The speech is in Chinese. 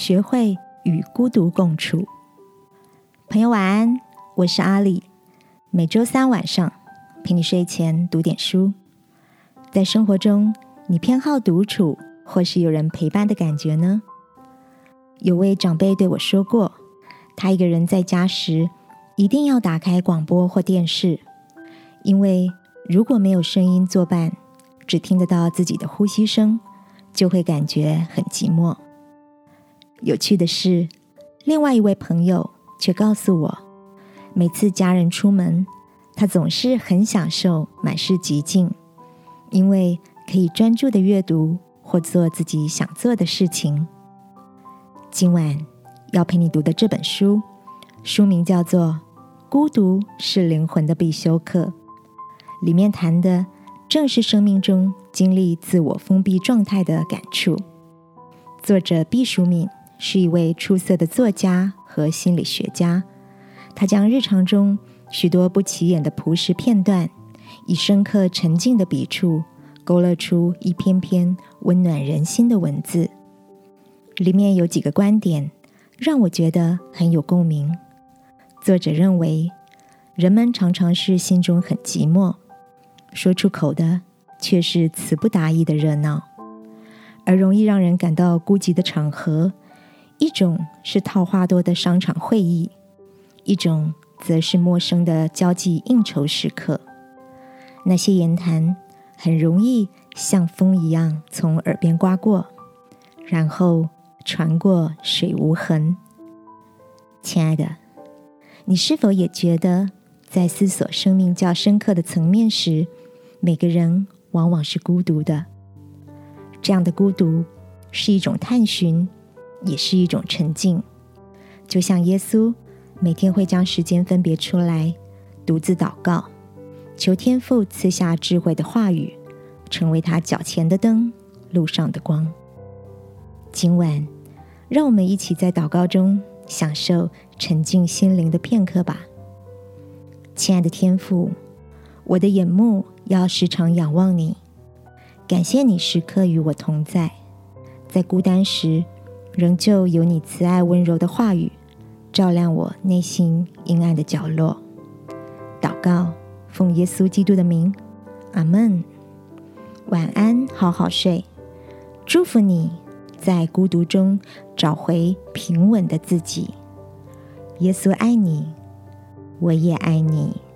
学会与孤独共处。朋友晚安，我是阿里，每周三晚上陪你睡前读点书。在生活中，你偏好独处或是有人陪伴的感觉呢？有位长辈对我说过，他一个人在家时一定要打开广播或电视，因为如果没有声音作伴，只听得到自己的呼吸声，就会感觉很寂寞。有趣的是，另外一位朋友却告诉我，每次家人出门，他总是很享受满是寂静，因为可以专注的阅读或做自己想做的事情。今晚要陪你读的这本书，书名叫做《孤独是灵魂的必修课》，里面谈的正是生命中经历自我封闭状态的感触。作者毕淑敏是一位出色的作家和心理学家，他将日常中许多不起眼的朴实片段，以深刻沉静的笔触，勾勒出一篇篇温暖人心的文字。里面有几个观点让我觉得很有共鸣。作者认为，人们常常是心中很寂寞，说出口的却是词不达意的热闹，而容易让人感到孤寂的场合，一种是套话多的商场会议，一种则是陌生的交际应酬时刻。那些言谈很容易像风一样从耳边刮过，然后传过水无痕。亲爱的，你是否也觉得在思索生命较深刻的层面时，每个人往往是孤独的？这样的孤独是一种探寻，也是一种沉静。就像耶稣每天会将时间分别出来，独自祷告，求天父赐下智慧的话语，成为他脚前的灯，路上的光。今晚让我们一起在祷告中享受沉静心灵的片刻吧。亲爱的天父，我的眼目要时常仰望你，感谢你时刻与我同在，在孤单时仍旧有你慈爱温柔的话语照亮我内心阴暗的角落。祷告奉耶稣基督的名，阿们。晚安，好好睡，祝福你在孤独中找回平稳的自己。耶稣爱你，我也爱你。